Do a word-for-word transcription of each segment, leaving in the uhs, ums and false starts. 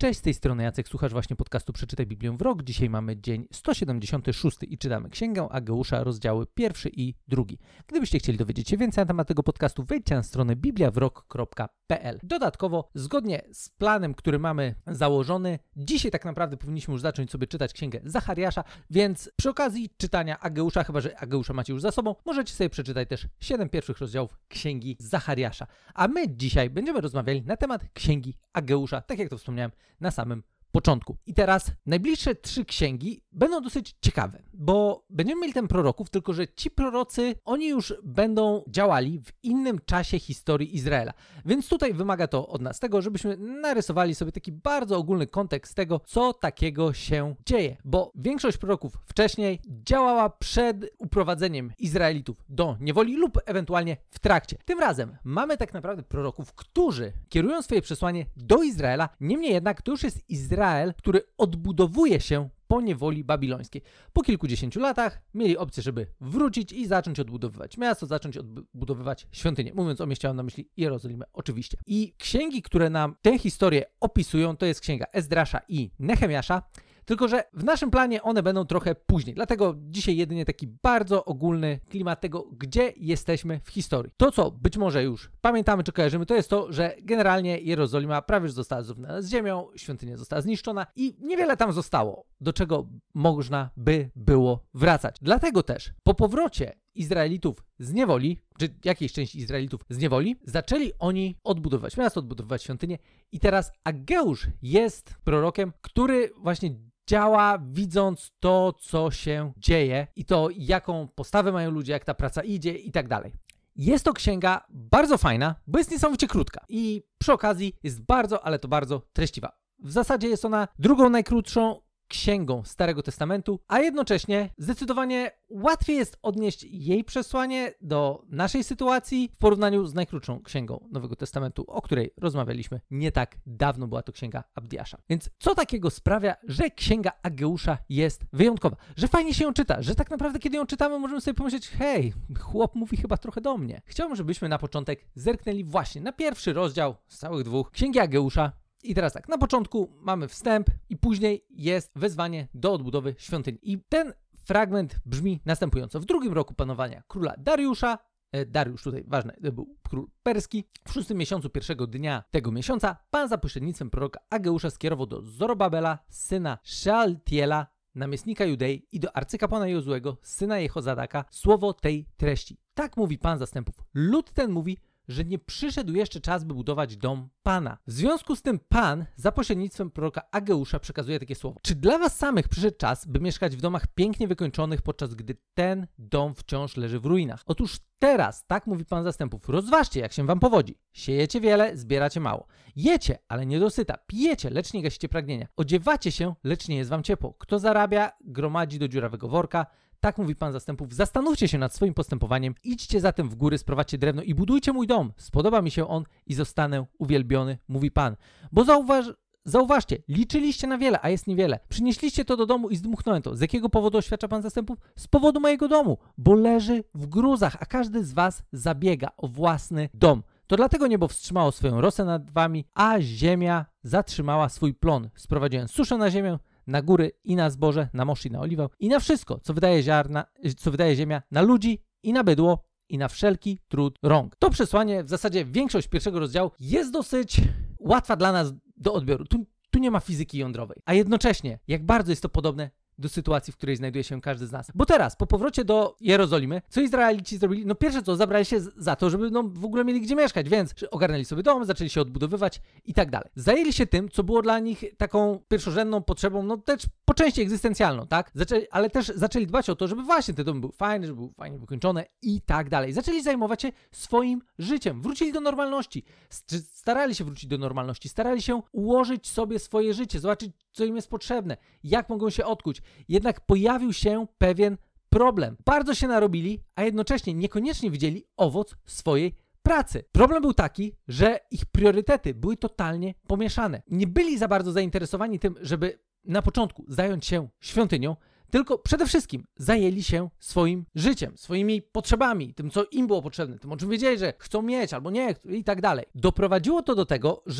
Cześć, z tej strony Jacek, słuchasz właśnie podcastu Przeczytaj Biblię w rok. Dzisiaj mamy dzień sto siedemdziesiąty szósty i czytamy Księgę Ageusza, rozdziały pierwszy i drugi. Gdybyście chcieli dowiedzieć się więcej na temat tego podcastu, wejdźcie na stronę biblia w rok kropka p l. Dodatkowo, zgodnie z planem, który mamy założony, dzisiaj tak naprawdę powinniśmy już zacząć sobie czytać Księgę Zachariasza, więc przy okazji czytania Ageusza, chyba że Ageusza macie już za sobą, możecie sobie przeczytać też siedem pierwszych rozdziałów Księgi Zachariasza. A my dzisiaj będziemy rozmawiali na temat Księgi Ageusza, tak jak to wspomniałem na samym początku. I teraz najbliższe trzy księgi będą dosyć ciekawe, bo będziemy mieli ten proroków, tylko że ci prorocy, oni już będą działali w innym czasie historii Izraela. Więc tutaj wymaga to od nas tego, żebyśmy narysowali sobie taki bardzo ogólny kontekst tego, co takiego się dzieje, bo większość proroków wcześniej działała przed uprowadzeniem Izraelitów do niewoli lub ewentualnie w trakcie. Tym razem mamy tak naprawdę proroków, którzy kierują swoje przesłanie do Izraela, niemniej jednak to już jest Izrael, który odbudowuje się po niewoli babilońskiej. Po kilkudziesięciu latach mieli opcję, żeby wrócić i zacząć odbudowywać miasto, zacząć odbudowywać świątynię. Mówiąc o mieście, mam na myśli Jerozolimę oczywiście. I księgi, które nam tę historię opisują, to jest księga Ezdrasza i Nehemiasza, tylko że w naszym planie one będą trochę później. Dlatego dzisiaj jedynie taki bardzo ogólny klimat tego, gdzie jesteśmy w historii. To, co być może już pamiętamy czy kojarzymy, to jest to, że generalnie Jerozolima prawie już została zrównana z ziemią, świątynia została zniszczona i niewiele tam zostało, do czego można by było wracać. Dlatego też po powrocie Izraelitów z niewoli, czy jakiejś części Izraelitów z niewoli, zaczęli oni odbudowywać miasto, odbudowywać świątynię i teraz Ageusz jest prorokiem, który właśnie działa widząc to, co się dzieje i to, jaką postawę mają ludzie, jak ta praca idzie i tak dalej. Jest to księga bardzo fajna, bo jest niesamowicie krótka i przy okazji jest bardzo, ale to bardzo treściwa. W zasadzie jest ona drugą najkrótszą księgą Starego Testamentu, a jednocześnie zdecydowanie łatwiej jest odnieść jej przesłanie do naszej sytuacji w porównaniu z najkrótszą księgą Nowego Testamentu, o której rozmawialiśmy nie tak dawno, była to księga Abdiasza. Więc co takiego sprawia, że księga Ageusza jest wyjątkowa, że fajnie się ją czyta, że tak naprawdę kiedy ją czytamy możemy sobie pomyśleć, hej, chłop mówi chyba trochę do mnie. Chciałbym, żebyśmy na początek zerknęli właśnie na pierwszy rozdział z całych dwóch księgi Ageusza. I teraz tak, na początku mamy wstęp i później jest wezwanie do odbudowy świątyni. I ten fragment brzmi następująco. W drugim roku panowania króla Dariusza, e, Dariusz tutaj ważny, to był król perski, w szóstym miesiącu pierwszego dnia tego miesiąca Pan za pośrednictwem proroka Ageusza skierował do Zorobabela, syna Szealtiela, namiestnika Judei i do arcykapłana Jozuego, syna Jehozadaka, słowo tej treści. Tak mówi Pan zastępów. Lud ten mówi, że nie przyszedł jeszcze czas, by budować dom Pana. W związku z tym Pan za pośrednictwem proroka Ageusza przekazuje takie słowo. Czy dla was samych przyszedł czas, by mieszkać w domach pięknie wykończonych, podczas gdy ten dom wciąż leży w ruinach? Otóż teraz, tak mówi Pan zastępów, rozważcie, jak się wam powodzi. Siejecie wiele, zbieracie mało. Jecie, ale nie dosyta. Pijecie, lecz nie gasicie pragnienia. Odziewacie się, lecz nie jest wam ciepło. Kto zarabia, gromadzi do dziurawego worka. Tak mówi Pan zastępów, zastanówcie się nad swoim postępowaniem, idźcie zatem w góry, sprowadźcie drewno i budujcie mój dom. Spodoba mi się on i zostanę uwielbiony, mówi Pan. Bo zauważ, zauważcie, liczyliście na wiele, a jest niewiele. Przynieśliście to do domu i zdmuchnąłem to. Z jakiego powodu oświadcza Pan zastępów? Z powodu mojego domu, bo leży w gruzach, a każdy z was zabiega o własny dom. To dlatego niebo wstrzymało swoją rosę nad wami, a ziemia zatrzymała swój plon. Sprowadziłem suszę na ziemię, na góry i na zboże, na moszcz i na oliwę i na wszystko, co wydaje ziarna, co wydaje ziemia, na ludzi i na bydło i na wszelki trud rąk. To przesłanie, w zasadzie większość pierwszego rozdziału jest dosyć łatwa dla nas do odbioru. Tu, tu nie ma fizyki jądrowej, a jednocześnie jak bardzo jest to podobne do sytuacji, w której znajduje się każdy z nas. Bo teraz, po powrocie do Jerozolimy, co Izraelici zrobili? No pierwsze co, zabrali się za to, żeby no, w ogóle mieli gdzie mieszkać, więc ogarnęli sobie dom, zaczęli się odbudowywać i tak dalej. Zajęli się tym, co było dla nich taką pierwszorzędną potrzebą, no też po części egzystencjalną, tak? Zaczęli, ale też zaczęli dbać o to, żeby właśnie te domy były fajne, żeby były fajnie wykończone i tak dalej. Zaczęli zajmować się swoim życiem. Wrócili do normalności. Starali się wrócić do normalności. Starali się ułożyć sobie swoje życie, zobaczyć, co im jest potrzebne, jak mogą się odkuć. Jednak pojawił się pewien problem. Bardzo się narobili, a jednocześnie niekoniecznie widzieli owoc swojej pracy. Problem był taki, że ich priorytety były totalnie pomieszane. Nie byli za bardzo zainteresowani tym, żeby na początku zająć się świątynią, tylko przede wszystkim zajęli się swoim życiem, swoimi potrzebami, tym, co im było potrzebne, tym, o czym wiedzieli, że chcą mieć albo nie i tak dalej. Doprowadziło to do tego, że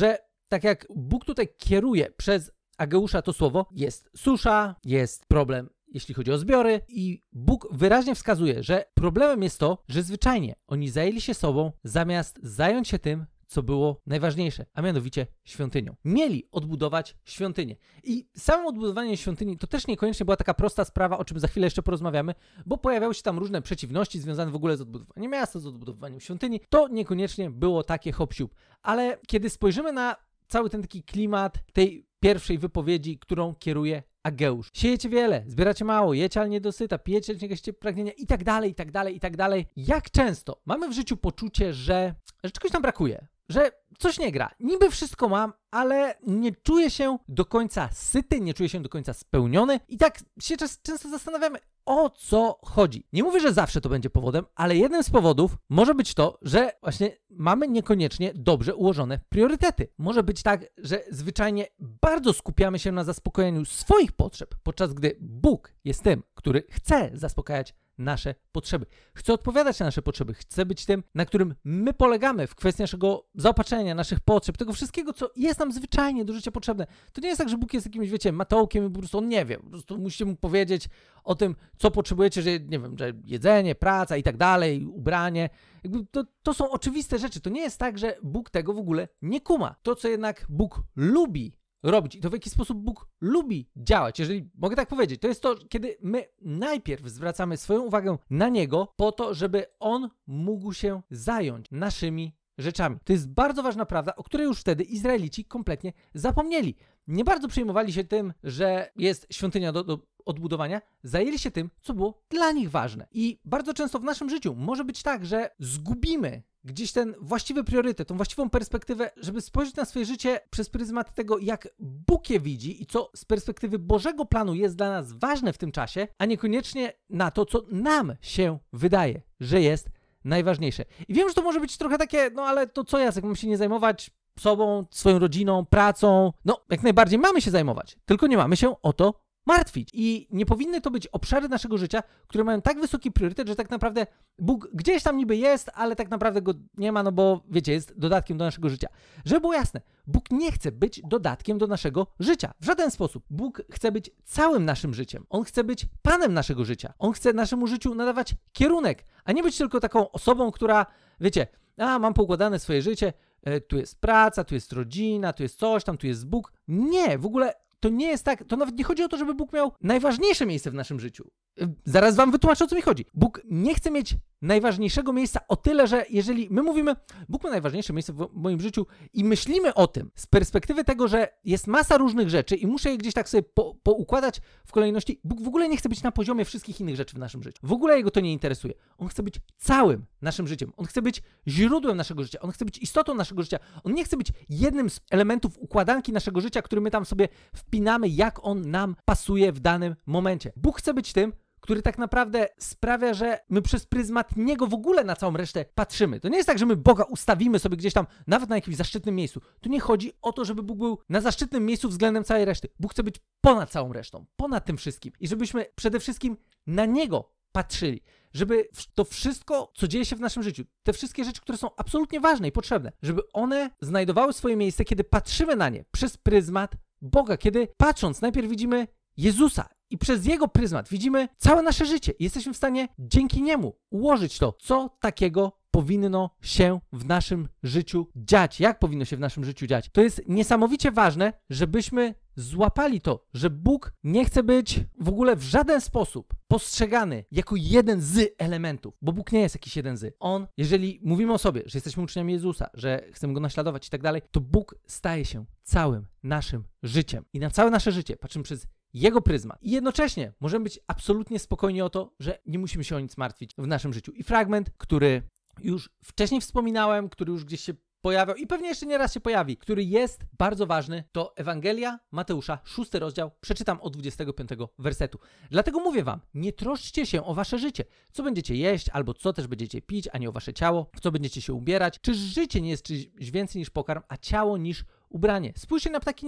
tak jak Bóg tutaj kieruje przez Ageusza to słowo, jest susza, jest problem, jeśli chodzi o zbiory i Bóg wyraźnie wskazuje, że problemem jest to, że zwyczajnie oni zajęli się sobą zamiast zająć się tym, co było najważniejsze, a mianowicie świątynią. Mieli odbudować świątynię. I samo odbudowanie świątyni to też niekoniecznie była taka prosta sprawa, o czym za chwilę jeszcze porozmawiamy, bo pojawiały się tam różne przeciwności związane w ogóle z odbudowaniem miasta, z odbudowaniem świątyni. To niekoniecznie było takie hop-siup. Ale kiedy spojrzymy na cały ten taki klimat tej pierwszej wypowiedzi, którą kieruje Ageusz. Siejecie wiele, zbieracie mało, jecie, ale nie dosyta, pijecie, nie gasicie pragnienia i tak dalej, i tak dalej, i tak dalej. Jak często mamy w życiu poczucie, że, że czegoś nam brakuje, że coś nie gra. Niby wszystko mam, ale nie czuję się do końca syty, nie czuję się do końca spełniony i tak się czas, często zastanawiamy, o co chodzi. Nie mówię, że zawsze to będzie powodem, ale jednym z powodów może być to, że właśnie mamy niekoniecznie dobrze ułożone priorytety. Może być tak, że zwyczajnie bardzo skupiamy się na zaspokojeniu swoich potrzeb, podczas gdy Bóg jest tym, który chce zaspokajać nasze potrzeby. Chce odpowiadać na nasze potrzeby, chce być tym, na którym my polegamy w kwestii naszego zaopatrzenia, naszych potrzeb, tego wszystkiego, co jest nam zwyczajnie do życia potrzebne. To nie jest tak, że Bóg jest jakimś, wiecie, matołkiem i po prostu on nie wie. Po prostu musicie mu powiedzieć o tym, co potrzebujecie, że nie wiem, że jedzenie, praca i tak dalej, ubranie. Jakby to, to są oczywiste rzeczy. To nie jest tak, że Bóg tego w ogóle nie kuma. To, co jednak Bóg lubi robić i to w jaki sposób Bóg lubi działać, jeżeli mogę tak powiedzieć, to jest to, kiedy my najpierw zwracamy swoją uwagę na Niego po to, żeby On mógł się zająć naszymi rzeczami. To jest bardzo ważna prawda, o której już wtedy Izraelici kompletnie zapomnieli. Nie bardzo przejmowali się tym, że jest świątynia do, do odbudowania, zajęli się tym, co było dla nich ważne. I bardzo często w naszym życiu może być tak, że zgubimy gdzieś ten właściwy priorytet, tą właściwą perspektywę, żeby spojrzeć na swoje życie przez pryzmat tego, jak Bóg je widzi i co z perspektywy Bożego planu jest dla nas ważne w tym czasie, a niekoniecznie na to, co nam się wydaje, że jest najważniejsze. I wiem, że to może być trochę takie, no ale to co, Jacek, mam się nie zajmować sobą, swoją rodziną, pracą? No, jak najbardziej mamy się zajmować, tylko nie mamy się o to martwić. I nie powinny to być obszary naszego życia, które mają tak wysoki priorytet, że tak naprawdę Bóg gdzieś tam niby jest, ale tak naprawdę go nie ma, no bo wiecie, jest dodatkiem do naszego życia. Żeby było jasne, Bóg nie chce być dodatkiem do naszego życia. W żaden sposób. Bóg chce być całym naszym życiem. On chce być Panem naszego życia. On chce naszemu życiu nadawać kierunek, a nie być tylko taką osobą, która, wiecie, a mam poukładane swoje życie, e, tu jest praca, tu jest rodzina, tu jest coś tam, tu jest Bóg. Nie, w ogóle to nie jest tak, to nawet nie chodzi o to, żeby Bóg miał najważniejsze miejsce w naszym życiu. Zaraz wam wytłumaczę, o co mi chodzi. Bóg nie chce mieć najważniejszego miejsca o tyle, że jeżeli my mówimy, Bóg ma najważniejsze miejsce w moim życiu i myślimy o tym z perspektywy tego, że jest masa różnych rzeczy i muszę je gdzieś tak sobie po, poukładać w kolejności, Bóg w ogóle nie chce być na poziomie wszystkich innych rzeczy w naszym życiu. W ogóle Jego to nie interesuje. On chce być całym naszym życiem. On chce być źródłem naszego życia. On chce być istotą naszego życia. On nie chce być jednym z elementów układanki naszego życia, który my tam sobie wpinamy, jak on nam pasuje w danym momencie. Bóg chce być tym, który tak naprawdę sprawia, że my przez pryzmat Niego w ogóle na całą resztę patrzymy. To nie jest tak, że my Boga ustawimy sobie gdzieś tam, nawet na jakimś zaszczytnym miejscu. Tu nie chodzi o to, żeby Bóg był na zaszczytnym miejscu względem całej reszty. Bóg chce być ponad całą resztą, ponad tym wszystkim. I żebyśmy przede wszystkim na Niego patrzyli. Żeby to wszystko, co dzieje się w naszym życiu, te wszystkie rzeczy, które są absolutnie ważne i potrzebne, żeby one znajdowały swoje miejsce, kiedy patrzymy na nie przez pryzmat Boga. Kiedy patrząc, najpierw widzimy Jezusa i przez Jego pryzmat widzimy całe nasze życie i jesteśmy w stanie dzięki Niemu ułożyć to, co takiego powinno się w naszym życiu dziać, jak powinno się w naszym życiu dziać. To jest niesamowicie ważne, żebyśmy złapali to, że Bóg nie chce być w ogóle w żaden sposób postrzegany jako jeden z elementów, bo Bóg nie jest jakiś jeden z. On, jeżeli mówimy o sobie, że jesteśmy uczniami Jezusa, że chcemy Go naśladować i tak dalej, to Bóg staje się całym naszym życiem i na całe nasze życie patrzymy przez Jego pryzmat. I jednocześnie możemy być absolutnie spokojni o to, że nie musimy się o nic martwić w naszym życiu. I fragment, który już wcześniej wspominałem, który już gdzieś się pojawiał i pewnie jeszcze nie raz się pojawi, który jest bardzo ważny, to Ewangelia Mateusza, szósty rozdział, przeczytam od dwudziestego piątego wersetu. Dlatego mówię wam, nie troszczcie się o wasze życie, co będziecie jeść, albo co też będziecie pić, ani o wasze ciało, w co będziecie się ubierać. Czyż życie nie jest czymś więcej niż pokarm, a ciało niż ubranie? Spójrzcie na ptaki nieba.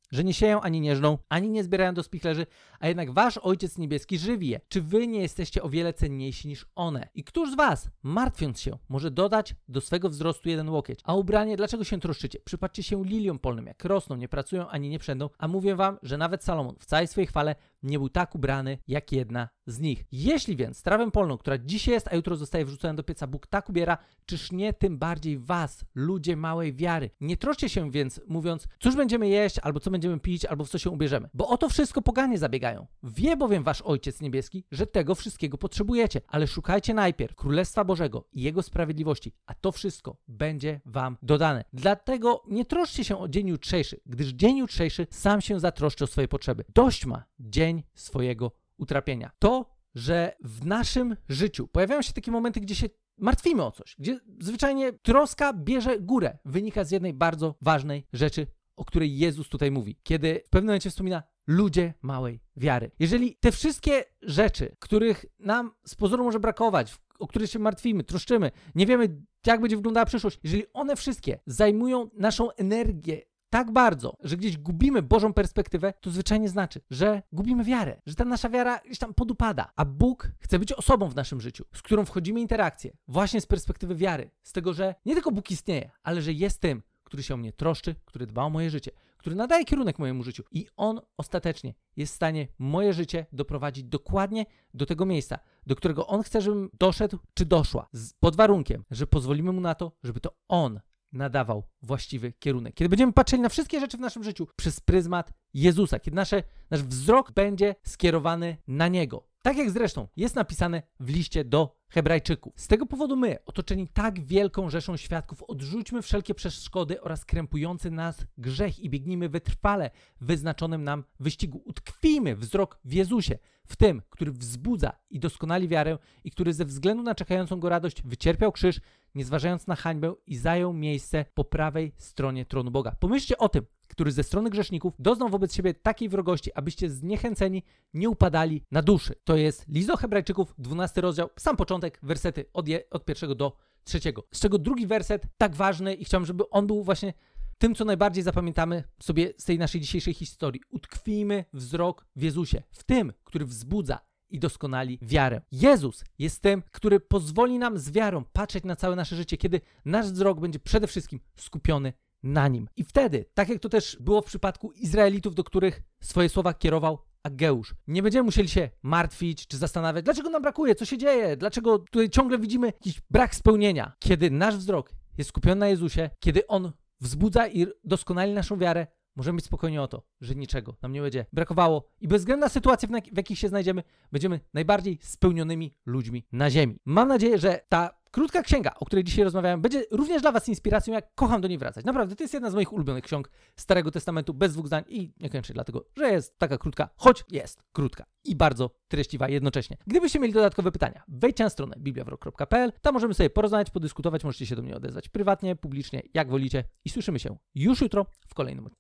że nie sieją ani nie żną, ani nie zbierają do spichlerzy, a jednak wasz Ojciec Niebieski żywi je. Czy wy nie jesteście o wiele cenniejsi niż one? I któż z was, martwiąc się, może dodać do swego wzrostu jeden łokieć? A ubranie, dlaczego się troszczycie? Przypatrzcie się liliom polnym, jak rosną, nie pracują ani nie przędą, a mówię wam, że nawet Salomon w całej swojej chwale nie był tak ubrany jak jedna z nich. Jeśli więc trawę polną, która dzisiaj jest, a jutro zostaje wrzucona do pieca, Bóg tak ubiera, czyż nie tym bardziej was, ludzie małej wiary? Nie troszcie się więc, mówiąc, cóż będziemy jeść, albo co będziemy pić, albo w co się ubierzemy. Bo o to wszystko poganie zabiegają. Wie bowiem wasz Ojciec Niebieski, że tego wszystkiego potrzebujecie. Ale szukajcie najpierw Królestwa Bożego i Jego sprawiedliwości, a to wszystko będzie wam dodane. Dlatego nie troszcie się o dzień jutrzejszy, gdyż dzień jutrzejszy sam się zatroszczy o swoje potrzeby. Dość ma dzień swojego utrapienia. To, że w naszym życiu pojawiają się takie momenty, gdzie się martwimy o coś, gdzie zwyczajnie troska bierze górę, wynika z jednej bardzo ważnej rzeczy, o której Jezus tutaj mówi, kiedy w pewnym momencie wspomina ludzie małej wiary. Jeżeli te wszystkie rzeczy, których nam z pozoru może brakować, o które się martwimy, troszczymy, nie wiemy, jak będzie wyglądała przyszłość, jeżeli one wszystkie zajmują naszą energię tak bardzo, że gdzieś gubimy Bożą perspektywę, to zwyczajnie znaczy, że gubimy wiarę, że ta nasza wiara gdzieś tam podupada, a Bóg chce być osobą w naszym życiu, z którą wchodzimy w interakcję, właśnie z perspektywy wiary, z tego, że nie tylko Bóg istnieje, ale że jest tym, który się o mnie troszczy, który dba o moje życie, który nadaje kierunek mojemu życiu i On ostatecznie jest w stanie moje życie doprowadzić dokładnie do tego miejsca, do którego On chce, żebym doszedł czy doszła, z, pod warunkiem, że pozwolimy Mu na to, żeby to On nadawał właściwy kierunek. Kiedy będziemy patrzeli na wszystkie rzeczy w naszym życiu przez pryzmat Jezusa, kiedy nasze, nasz wzrok będzie skierowany na Niego. Tak jak zresztą jest napisane w liście do Hebrajczyków. Z tego powodu my, otoczeni tak wielką rzeszą świadków, odrzućmy wszelkie przeszkody oraz krępujący nas grzech i biegnijmy wytrwale w wyznaczonym nam wyścigu. Utkwijmy wzrok w Jezusie, w tym, który wzbudza i doskonali wiarę i który ze względu na czekającą go radość wycierpiał krzyż, nie zważając na hańbę i zajął miejsce po prawej stronie tronu Boga. Pomyślcie o tym, który ze strony grzeszników doznał wobec siebie takiej wrogości, abyście zniechęceni nie upadali na duszy. To jest list do Hebrajczyków, dwunasty rozdział, sam początek, wersety od, je, od pierwszego do trzeciego. Z czego drugi werset tak ważny i chciałbym, żeby on był właśnie tym, co najbardziej zapamiętamy sobie z tej naszej dzisiejszej historii. Utkwijmy wzrok w Jezusie, w tym, który wzbudza i doskonali wiarę. Jezus jest tym, który pozwoli nam z wiarą patrzeć na całe nasze życie, kiedy nasz wzrok będzie przede wszystkim skupiony na Nim. I wtedy, tak jak to też było w przypadku Izraelitów, do których swoje słowa kierował Ageusz, nie będziemy musieli się martwić czy zastanawiać, dlaczego nam brakuje, co się dzieje, dlaczego tutaj ciągle widzimy jakiś brak spełnienia. Kiedy nasz wzrok jest skupiony na Jezusie, kiedy On wzbudza i doskonali naszą wiarę, możemy być spokojni o to, że niczego nam nie będzie brakowało i bez względu na sytuację, w jakich się znajdziemy, będziemy najbardziej spełnionymi ludźmi na ziemi. Mam nadzieję, że ta krótka księga, o której dzisiaj rozmawiałem, będzie również dla was inspiracją, jak kocham do niej wracać. Naprawdę, to jest jedna z moich ulubionych ksiąg Starego Testamentu, bez dwóch zdań i niekoniecznie dlatego, że jest taka krótka, choć jest krótka i bardzo treściwa jednocześnie. Gdybyście mieli dodatkowe pytania, wejdźcie na stronę biblia w rok kropka p l, tam możemy sobie porozmawiać, podyskutować, możecie się do mnie odezwać prywatnie, publicznie, jak wolicie i słyszymy się już jutro w kolejnym odcinku.